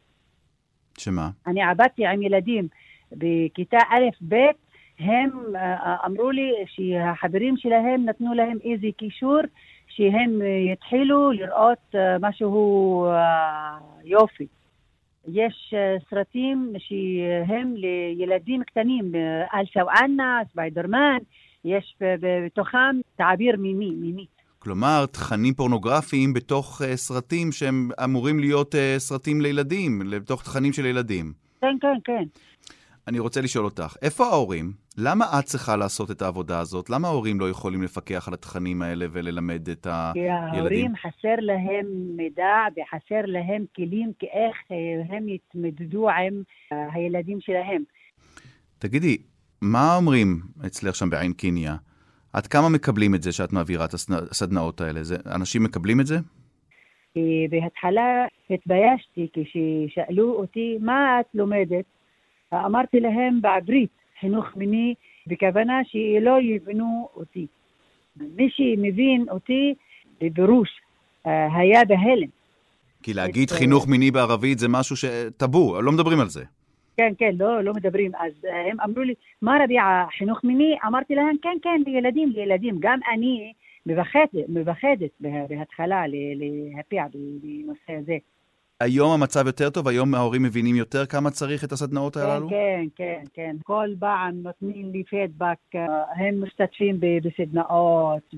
שמה? אני עבדתי עם ילדים בכיתה א' ב', הם אמרו לי שהחברים שלהם נתנו להם איזה קישור, שהם יתחילו לראות משהו יופי. יש סרטים שהם לילדים קטנים, אל-סואנה, ספיידרמן, יש בתוכם תעביר מיני, מיני. כלומר, תכנים פורנוגרפיים בתוך סרטים שהם אמורים להיות סרטים לילדים, בתוך תכנים של ילדים. כן, כן, כן. אני רוצה לשאול אותך, איפה ההורים? למה את צריכה לעשות את העבודה הזאת? למה ההורים לא יכולים לפקח על התכנים האלה וללמד את הילדים? כי ההורים חסר להם מידע וחסר להם כלים כאיך הם יתמודדו עם הילדים שלהם. תגידי, מה אומרים אצלך שם בעין קיניה? עד כמה מקבלים את זה שאת מעבירה את הסדנאות האלה? זה, אנשים מקבלים את זה? כי בהתחלה התביישתי כששאלו אותי מה את לומדת? אמרתי להם בעברית, חינוך מיני, בכוונה שלא יבינו אותי. מי שמבין אותי בבירוש היה בהלם. כי להגיד חינוך מיני בערבית זה משהו שטבו, לא מדברים על זה. כן, כן, לא, לא מדברים. אז הם אמרו לי, מה רביעה, חינוך מיני? אמרתי להם, כן, כן, לילדים, לילדים. גם אני מבחדת, מבחדת בהתחלה להפיע בנושא הזה. היום המצב יותר טוב, היום ההורים מבינים יותר כמה צריך את הסדנאות הללו? כן, כן, כן. כל פעם נותנים לי פידבק, הם משתתפים בסדנאות,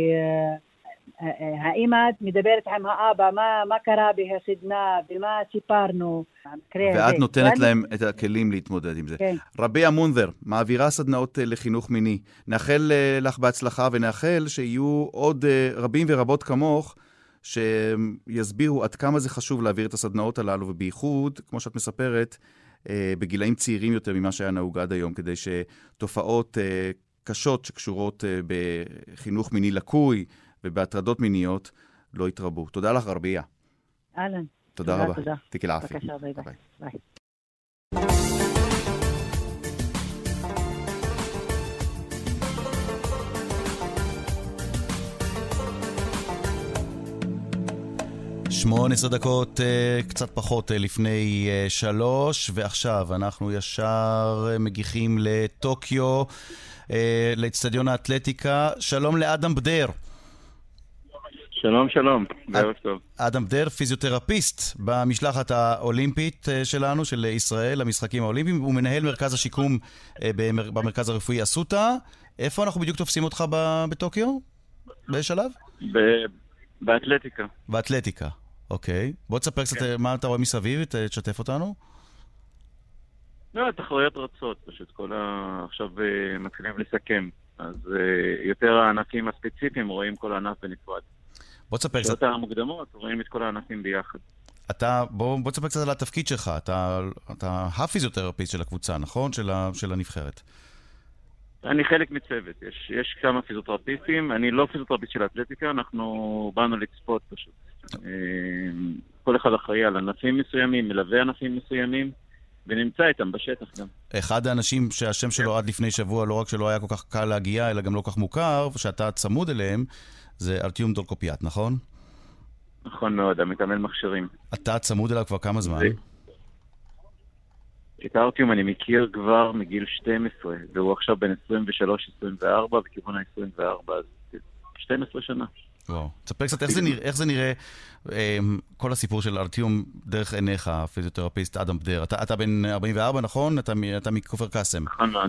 והאמא מדברת עם האבא, מה, מה קרה בהסדנה, ומה סיפרנו. ואת נותנת להם את הכלים להתמודד עם זה. כן. רביה מונזר, מעבירה סדנאות לחינוך מיני. נאחל לך בהצלחה, ונאחל שיהיו עוד רבים ורבות כמוך, שיסבירו עד כמה זה חשוב להעביר את הסדנאות הללו, ובייחוד, כמו שאת מספרת, בגילאים צעירים יותר ממה שהיה נהוג עד היום, כדי שתופעות קשות שקשורות בחינוך מיני לקוי ובהטרדות מיניות לא יתרבו. תודה לך, רבייה. אהלן. תודה רבה. תודה. תיקי לעפי. בבקשה, ביי ביי. ביי. שמונה עשרה דקות, קצת פחות לפני שלוש, ועכשיו אנחנו ישר מגיחים לטוקיו, לאצטדיון האתלטיקה. שלום לאדם בדר. שלום, שלום, בערב טוב. אדם בדר, פיזיותרפיסט במשלחת האולימפית שלנו, של ישראל, למשחקים האולימפיים, הוא מנהל מרכז השיקום במרכז הרפואי אסותא. איפה אנחנו בדיוק תופסים אותך בטוקיו? בשלב? באתלטיקה. באתלטיקה, אוקיי. בוא תספר קצת מה אתה רואה מסביב, תשתף אותנו. לא, התחרויות רצות, פשוט כל ה... עכשיו מתחילים לסכם. אז יותר הענפים הספציפיים רואים כל הענף בנפרד. בוא תספר קצת... יותר המוקדמות רואים את כל הענפים ביחד. אתה, בוא, בוא תספר קצת על התפקיד שלך. אתה, אתה הפיזיותרפיסט של הקבוצה, נכון? של, ה, של הנבחרת. אני חלק מצוות. יש, יש כמה פיזיותרפיסטים. אני לא פיזיותרפיסט של האתלטיקה, אנחנו באנו לצפות פשוט. כל אחד אחראי על ענפים מסוימים, מלווה ענפים מסוימים. ונמצא איתם בשטח גם. אחד האנשים שהשם שלו עד לפני שבוע לא רק שלא היה כל כך קל להגיע, אלא גם לא כל כך מוכר, ושאתה צמוד אליהם, זה ארטיום דולקופיאט, נכון? נכון מאוד, המתאמן מכשירים. אתה צמוד אליו כבר כמה זמן? את ארטיום אני מכיר כבר מגיל שתים עשרה, והוא עכשיו בין עשרים ושלוש עשרים וארבע, בכיוון ה-עשרים וארבע, אז שתים עשרה שנה. וואו. תספר קצת איך זה נראה, איך זה נראה כל הסיפור של ארטיום דרך עיניך, פיזיותרפיסט אדם בדר. אתה, אתה בן ארבעים וארבע, נכון? אתה, אתה מכפר קאסם. נכון מאוד.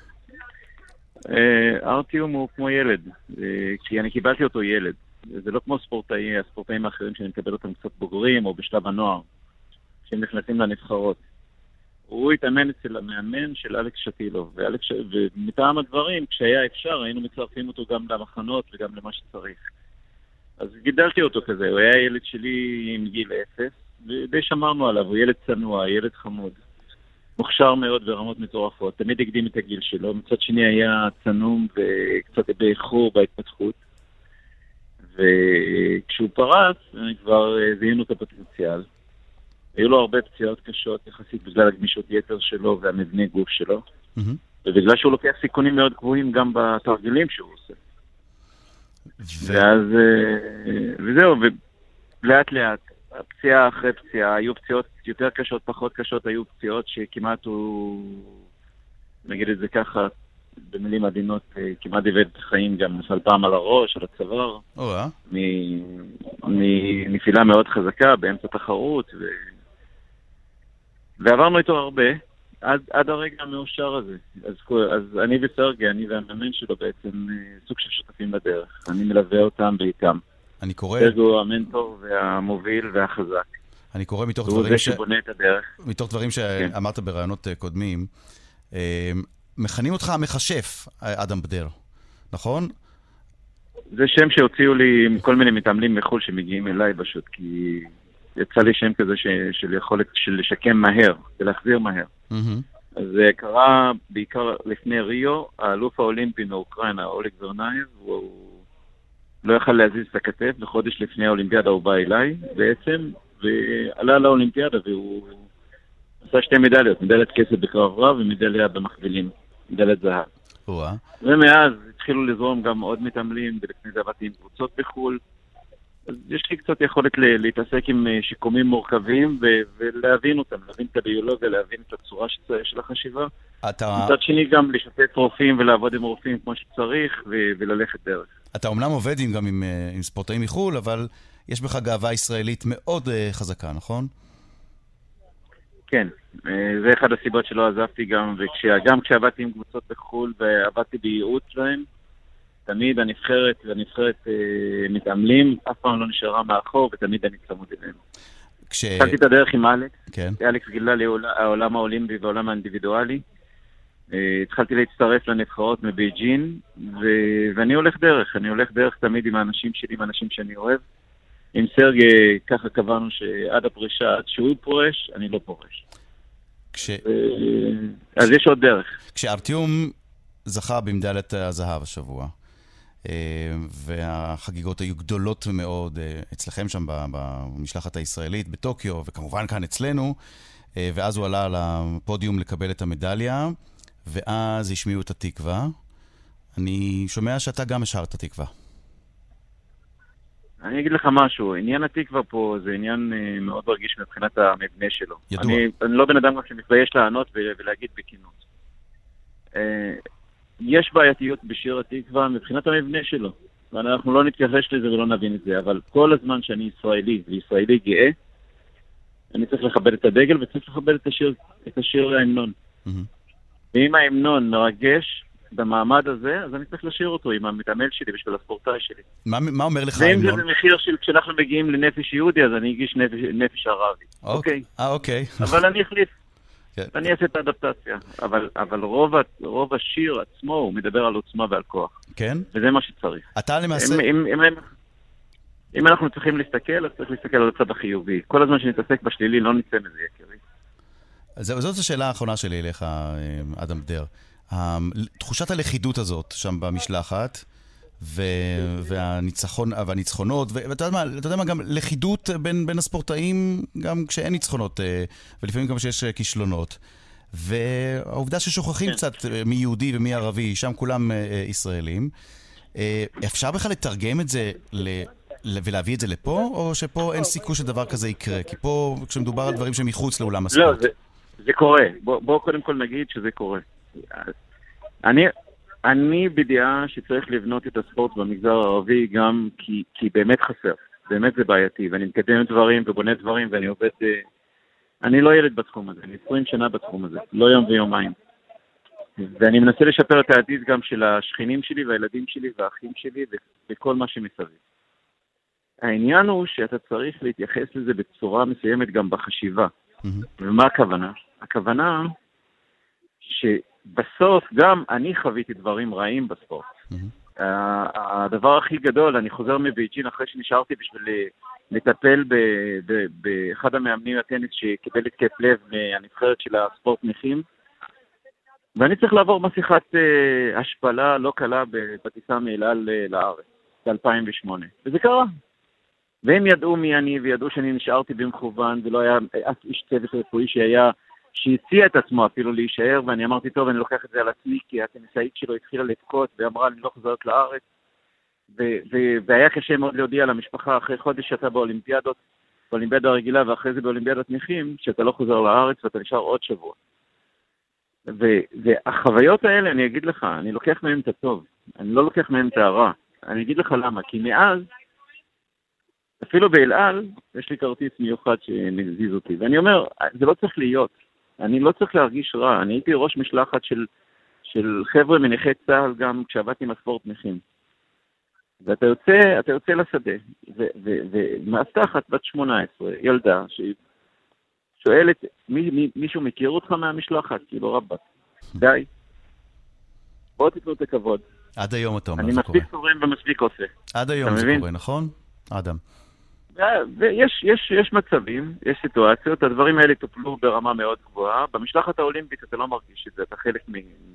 ארטיום הוא כמו ילד, כי אני קיבלתי אותו ילד. זה לא כמו ספורטאי, הספורטאים האחרים שאני מקבל אותם קצת בוגרים או בשלב הנוער, שהם נכנסים לנבחרות. הוא התאמן אצל המאמן של אלכס שטילוב, ואלכס, ומטעם הדברים, כשהיה אפשר, היינו מצרפים אותו גם למחנות וגם למה שצריך. אז גידלתי אותו כזה, הוא היה ילד שלי עם גיל אפס, ודי שמרנו עליו, הוא ילד צנוע, ילד חמוד. מוכשר מאוד ברמות מטורפות, תמיד הקדים את הגיל שלו, מצד שני היה צנום וקצת באיחור בהתפתחות. וכשהוא פרץ, כבר זיהינו את הפוטנציאל. היו לו הרבה פציעות קשות, יחסית בגלל הגמישות יתר שלו והמבנה גוף שלו, mm-hmm. ובגלל שהוא לוקח סיכונים מאוד גבוהים גם בתרגילים שהוא עושה. ו... ואז, וזהו, ולאט לאט, הפציעה אחרי פציעה, היו פציעות יותר קשות, פחות קשות, היו פציעות שכמעט הוא, נגיד את זה ככה, במילים עדינות, כמעט איבד את החיים, גם נפל פעם על הראש, על הצוואר, מנפילה מאוד חזקה באמצע תחרות, ו... ועברנו איתו הרבה, עד, עד הרגע המאושר הזה. אז, אז אני וסרגי, אני והמאמן שלו בעצם סוג של שותפים בדרך. אני מלווה אותם ואיתם. אני קורא... סרגי הוא המנטור והמוביל והחזק. אני קורא מתוך דברים ש... הוא זה שבונה את הדרך. מתוך דברים שאמרת כן. ברעיונות קודמים, מכנים אותך המחשף, אדם בדר, נכון? זה שם שהוציאו לי עם כל מיני מתאמנים מחול שמגיעים אליי פשוט, כי יצא לי שם כזה ש... של יכולת של לשקם מהר, ולהחזיר מהר. Mm-hmm. אז זה קרה בעיקר לפני ריו, האלוף האולימפי מאוקראינה, אולג ורנייב, הוא לא יכל להזיז את הכתף, וחודש לפני האולימפיאדה הוא בא אליי בעצם, ועלה לאולימפיאדה והוא עשה שתי מדליות, מדלת כסף בקרב רב ומדליה במחבילים, מדלת זהב. וואה. ומאז התחילו לזרום גם עוד מתעמלים, ולפני זה עבדתי עם קבוצות בחול. אז יש לי קצת יכולת להתעסק עם שיקומים מורכבים ולהבין אותם, להבין את הביולוגיה, להבין את הצורה של החשיבה. אתה... מצד שני גם לשתף רופאים ולעבוד עם רופאים כמו שצריך וללכת דרך. אתה אומנם עובד גם עם, עם ספורטאים מחול, אבל יש בך גאווה ישראלית מאוד חזקה, נכון? כן, זה אחד הסיבות שלא עזבתי גם, וגם כשעבדתי עם קבוצות בחול ועבדתי בייעוץ להם, תמיד הנבחרת והנבחרת אה, מתעמלים, אף פעם לא נשארה מאחור, ותמיד אני צמוד אליהם. כש... התחלתי את הדרך עם אלכס, כן. אלכס גילה לי העולם האולימפי והעולם האינדיבידואלי. אה, התחלתי להצטרף לנבחרות מבייג'ין, ו... ואני הולך דרך, אני הולך דרך תמיד עם האנשים שלי, עם האנשים שאני אוהב. עם סרגי ככה קבענו שעד הפרישה, עד שהוא פורש, אני לא פורש. כש... ו... אז יש עוד דרך. כשארטיום זכה במדליית הזהב השבוע, והחגיגות היו גדולות מאוד אצלכם שם במשלחת הישראלית בטוקיו, וכמובן כאן אצלנו, ואז הוא עלה על הפודיום לקבל את המדליה, ואז השמיעו את התקווה. אני שומע שאתה גם השארת תקווה. אני אגיד לך משהו, עניין התקווה פה זה עניין מאוד רגיש מבחינת המבנה שלו. ידוע. אני, אני לא בן אדם שמתבייש לענות ולהגיד בכנות. יש בעייתיות בשיר התקווה מבחינת המבנה שלו. ואנחנו לא נתכחש לזה ולא נבין את זה, אבל כל הזמן שאני ישראלי וישראלי גאה, אני צריך לכבד את הדגל וצריך לכבד את השיר, את השיר ההמנון. Mm-hmm. ואם ההמנון מרגש במעמד הזה, אז אני צריך לשיר אותו עם המתעמל שלי בשביל הספורטאי שלי. מה, מה אומר לך ההמנון? ההמנון? ואם זה במחיר של כשאנחנו מגיעים לנפש יהודי, אז אני אגיש נפש, נפש ערבי. אוקיי. אה, אוקיי. אבל אני אחליף. כן. אני אעשה את האדפטציה. אבל, אבל רוב, רוב השיר עצמו הוא מדבר על עוצמה ועל כוח. כן? וזה מה שצריך. אתה למעשה... אם, אם, אם, אם אנחנו צריכים להסתכל, אז צריך להסתכל על הצד החיובי. כל הזמן שנתעסק בשלילי, לא נצא מזה, יקירי. זאת השאלה האחרונה שלי אליך, אדם בדר. תחושת הלכידות הזאת שם במשלחת, והניצחון, והניצחונות, ואתה יודע מה, אתה יודע מה, גם לכידות בין, בין הספורטאים, גם כשאין ניצחונות, ולפעמים גם כשיש כישלונות. והעובדה ששוכחים כן. קצת מי יהודי ומי ערבי, שם כולם ישראלים. אפשר בכלל לתרגם את זה ל... ולהביא את זה לפה, או שפה אין סיכוי שדבר כזה יקרה? כי פה, כשמדובר על דברים שמחוץ לאולם הספורט. לא, זה, זה קורה. בוא, בוא קודם כל נגיד שזה קורה. אני, אני בדעה שצריך לבנות את הספורט במגזר הערבי גם כי, כי באמת חסר. באמת זה בעייתי, ואני מקדם דברים ובונה דברים, ואני עובד... אני לא ילד בתחום הזה, אני עשרים שנה בתחום הזה, לא יום ויומיים. ואני מנסה לשפר את העתיד גם של השכנים שלי והילדים שלי והאחים שלי וכל מה שמסביב. העניין הוא שאתה צריך להתייחס לזה בצורה מסוימת גם בחשיבה. Mm-hmm. ומה הכוונה? הכוונה שבסוף גם אני חוויתי דברים רעים בספורט. Mm-hmm. Uh, הדבר הכי גדול, אני חוזר מבייג'ין אחרי שנשארתי בשביל לטפל ב- ב- באחד המאמנים הטניס שקיבל התקף לב מהנבחרת של הספורט נכים, ואני צריך לעבור משיחת uh, השפלה לא קלה בטיסה מאל על לארץ ב-אלפיים ושמונה. וזה קרה. והם ידעו מי אני, וידעו שאני נשארתי במכוון, ולא היה אף איש צוות רפואי שהיה, שהציע את עצמו אפילו להישאר, ואני אמרתי, טוב, אני לוקח את זה על עצמי, כי הטניסאית שלו התחילה לתקות, ואמרה, אני לא חוזרת לארץ, ו- ו- והיה קשה מאוד להודיע למשפחה, אחרי חודש שאתה באולימפיאדות, באולימפיאדה הרגילה, ואחרי זה באולימפיאדת נכים, שאתה לא חוזר לארץ, ואתה נשאר עוד שבוע. ו- והחוויות האלה, אני אגיד לך, אני לוקח מהם את הטוב, אני לא לוקח מהם את הרע. אני אגיד לך למה, כי מאז, אפילו באל על, יש לי כרטיס מיוחד שמזיז אותי. ואני אומר, זה לא צריך להיות. אני לא צריך להרגיש רע. אני הייתי ראש משלחת של, של חבר'ה מנכי צה"ל גם כשעבדתי עם הספורט נכים. ואתה יוצא, אתה יוצא לשדה. ומאבטחת בת שמונה עשרה, ילדה, ששואלת, מי, מי, מישהו מכיר אותך מהמשלחת? כאילו רבת. די. בוא תתנו את הכבוד. עד היום אתה אומר, אני מספיק תורם ומספיק עושה. עד היום זה קורה, נכון? אדם. ויש יש, יש מצבים, יש סיטואציות, הדברים האלה טופלו ברמה מאוד גבוהה. במשלחת האולימפית אתה לא מרגיש את זה, אתה חלק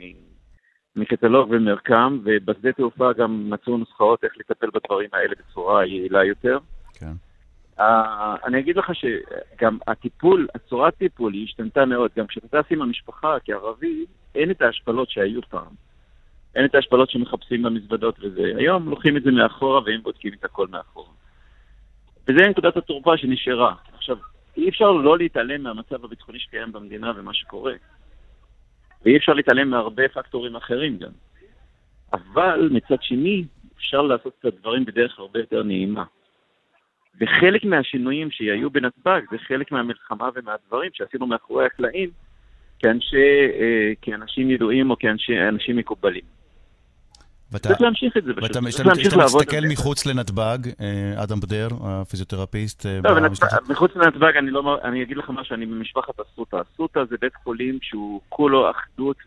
מקטלוג ומרקם, ובשדה תעופה גם מצאו נוסחאות איך לטפל בדברים האלה בצורה יעילה יותר. כן. Uh, אני אגיד לך שגם הטיפול, הצורת טיפול היא השתנתה מאוד. גם כשאתה טס עם המשפחה כערבי, אין את ההשפלות שהיו פעם. אין את ההשפלות שמחפשים במזוודות וזה. היום לוקחים את זה מאחורה והם בודקים את הכל מאחורה. וזה נקודת התורפה שנשארה. עכשיו, אי אפשר לא להתעלם מהמצב הביטחוני שקיים במדינה ומה שקורה. ואי אפשר להתעלם מהרבה פקטורים אחרים גם. אבל מצד שני, אפשר לעשות את הדברים בדרך הרבה יותר נעימה. וחלק מהשינויים שהיו בנתב"ג, זה חלק מהמלחמה ומהדברים שעשינו מאחורי הקלעים, כאנשי, כאנשים ידועים או כאנשים מקובלים. צריך להמשיך את זה. ואתה מסתכל מחוץ לנתב"ג, אדם בדר, הפיזיותרפיסט. מחוץ לנתב"ג, אני אגיד לך מה שאני במשפחת אסותא. אסותא זה בית חולים שהוא כולו אחדות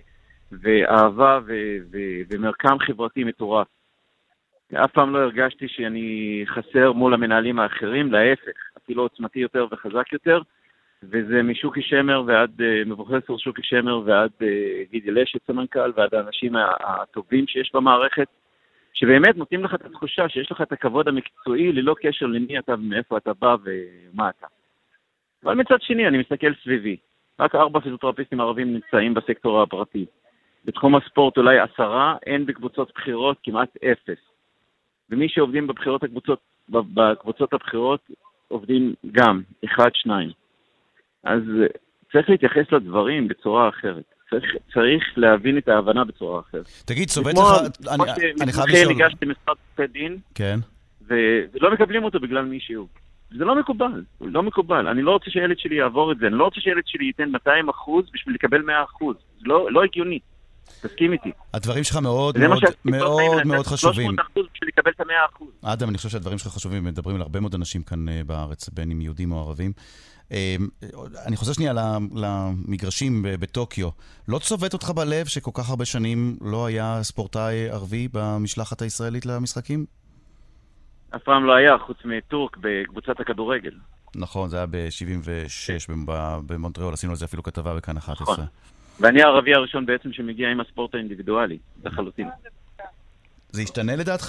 ואהבה ומרקם חברתי מטורף. אף פעם לא הרגשתי שאני חסר מול המנהלים האחרים, להפך, אפילו עוצמתי יותר וחזק יותר, וזה משוקי שמר ועד מבוחסור שוקי שמר ועד גידי לשת סמנכ"ל ועד האנשים הטובים שיש במערכת, שבאמת נותנים לך את התחושה שיש לך את הכבוד המקצועי ללא קשר למי אתה ומאיפה אתה בא ומה אתה. אבל מצד שני אני מסתכל סביבי, רק ארבע פיזיותרפיסטים ערבים נמצאים בסקטור הפרטי. בתחום הספורט אולי עשרה, אין בקבוצות בחירות כמעט אפס. ומי שעובדים בבחירות הקבוצות, בקבוצות הבחירות עובדים גם, אחד, שניים. אז צריך להתייחס לדברים בצורה אחרת. צריך, צריך להבין את ההבנה בצורה אחרת. תגיד, צובט לך, אני, אני חייב לשאול. ניגשתי משפט פסקי דין, כן. ו- ולא מקבלים אותו בגלל מישהו. זה לא מקובל, לא מקובל. אני לא רוצה שהילד שלי יעבור את זה, אני לא רוצה שהילד שלי ייתן מאתיים אחוז בשביל לקבל מאה אחוז. זה לא, לא הגיוני. תסכים איתי. הדברים שלך מאוד מאוד מאוד מאוד חשובים. שלוש מאות אחוז בשביל לקבל את ה-מאה אחוז. אדם, אני חושב שהדברים שלך חשובים, מדברים על הרבה מאוד אנשים כאן בארץ, בין אם יהודים או ערבים. אני חושב שנייה למגרשים בטוקיו. לא צובט אותך בלב שכל כך הרבה שנים לא היה ספורטאי ערבי במשלחת הישראלית למשחקים? אף פעם לא היה, חוץ מטורק בקבוצת הכדורגל. נכון, זה היה ב-שבעים ושש במונטריאול, עשינו על זה אפילו כתבה בכאן אחת עשרה. נכון. ואני הערבי הראשון בעצם שמגיע עם הספורט האינדיבידואלי, לחלוטין. זה ישתנה לדעתך?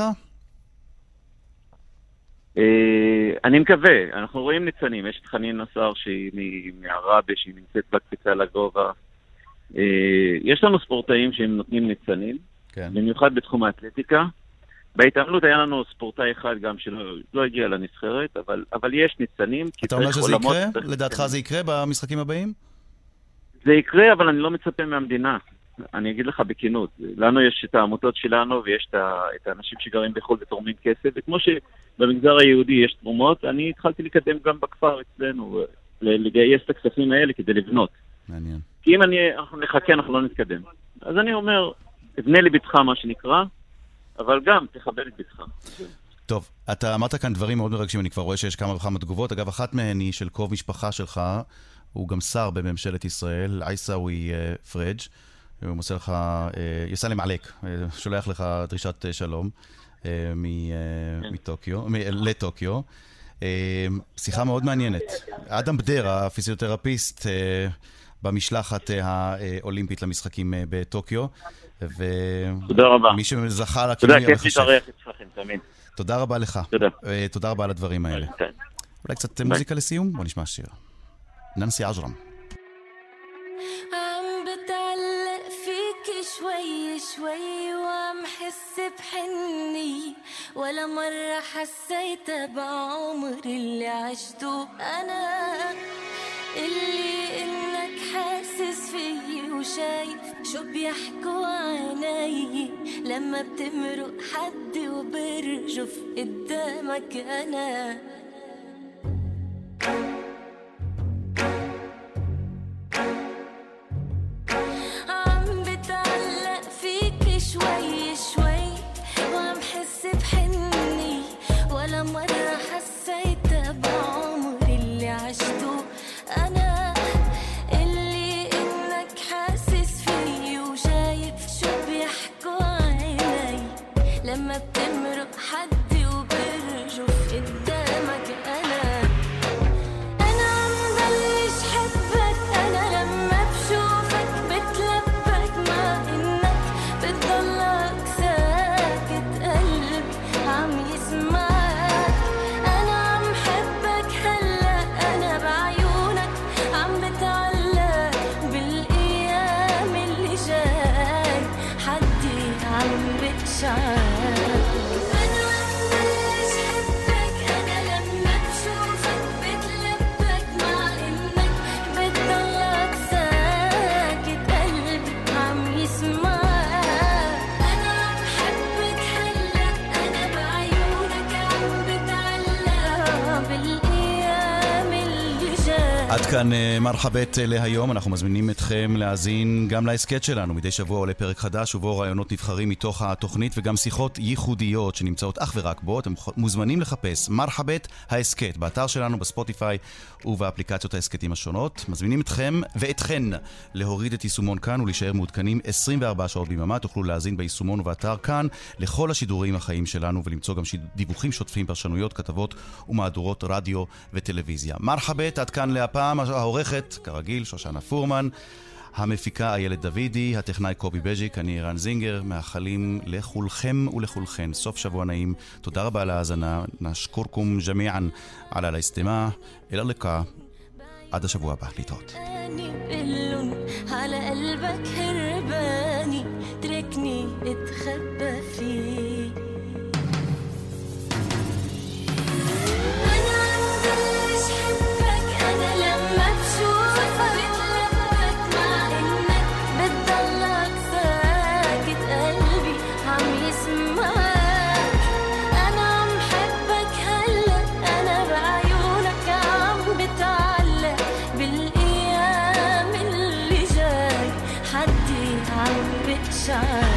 אני מקווה, אנחנו רואים ניצנים, יש את חנין נסר שהיא מהרבה, שהיא נמצאת בקפיצה לגובה. יש לנו ספורטאים שהם נותנים ניצנים, במיוחד בתחום האתלטיקה. בהתעמלות היה לנו ספורטאי אחד גם שלא הגיע לנבחרת, אבל, אבל יש ניצנים. אתה אומר שזה יקרה? לדעתך זה יקרה במשחקים הבאים? זה יקרה, אבל אני לא מצפה מהמדינה. אני אגיד לך בכנות. לנו יש את העמותות שלנו, ויש את האנשים שגרים בחול ותורמים כסף, וכמו שבמגזר היהודי יש תרומות, אני התחלתי לקדם גם בכפר אצלנו, לגייס את הכספים האלה כדי לבנות. מעניין. כי אם אני, אנחנו נחכה, אנחנו לא נתקדם. אז אני אומר, תבנה לי ביתך מה שנקרא, אבל גם תכבד את ביתך. טוב, אתה אמרת כאן דברים מאוד מרגשים, אני כבר רואה שיש כמה וכמה תגובות. אגב, אחת מהן היא של קרוב משפחה שלך, הוא גם שר בממשלת ישראל, עיסאווי פרג'. הוא מוסר לך, יסלם עליק, שולח לך דרישת שלום מטוקיו, לטוקיו. שיחה מאוד מעניינת. אדם בדר, הפיזיותרפיסט במשלחת האולימפית למשחקים בטוקיו. תודה רבה. מי שזכה לכינוי המחשב. תודה, כיף להתארח אצלכם, תמיד. תודה רבה לך. תודה. תודה רבה על הדברים האלה. אולי קצת מוזיקה לסיום? בוא נשמע שיר. نانسي عجرم. عم بتعلق فيك شوي شوي وعم حس بحني ولا مرة حسيت بعمر اللي عشته أنا اللي إنك حاسس فيي وشايف شو بيحكوا عيني لما بتمرق حد وبرجف قدامك أنا شوي شوي وعم حس بحني ولا مرة حسيت بعمري اللي عشته أنا اللي إنك حاسس فيه وشايف شو بيحكوا عيني لما بتمرق حدي وبرجف قدامك أنا أنا عم بلش حبك أنا لما بشوفك بتلبك مع إنك بتضلك ساكت قلب عم يسمعك أنا عم حبك هلأ أنا بعيونك عم بتعلق بالأيام اللي جاي حدي عم بقشعر أنا عم بلش حبك أنا لما بشوفك بتلبك مع إنك بتضلك ساكت قلب عم يسمعك עד כאן מרחבת להיום. אנחנו מזמינים אתכם להאזין גם להסקט שלנו. מדי שבוע עולה פרק חדש ובו רעיונות נבחרים מתוך התוכנית וגם שיחות ייחודיות שנמצאות אך ורק בו. אתם מוזמנים לחפש מרחבת ההסקט באתר שלנו, בספוטיפיי ובאפליקציות ההסקטים השונות. מזמינים אתכם ואתכן להוריד את יישומון כאן ולהישאר מעודכנים עשרים וארבע שעות ביממה. תוכלו להאזין ביישומון ובאתר כאן לכל השידורים החיים שלנו ולמצוא גם דיווחים שוטפים, פרשנויות, כתבות ומהדורות רדיו וטלוויזיה. מרחבת, עד כאן להפעם. העורכת, כרגיל, שושנה פורמן, המפיקה איילת דוידי, הטכנאי קובי בז'יק, אני ערן זינגר, מאחלים לכולכם ולכולכן סוף שבוע נעים. תודה רבה על ההאזנה, נשכורכם ג'מיען על ההסתמاع. אלא לקה, עד השבוע הבא, להתראות. على قلبك هرباني تركني اتخبى فيه أنا عم بلش حبك أنا لما بشوفك بتلبك مع إنك مش عارف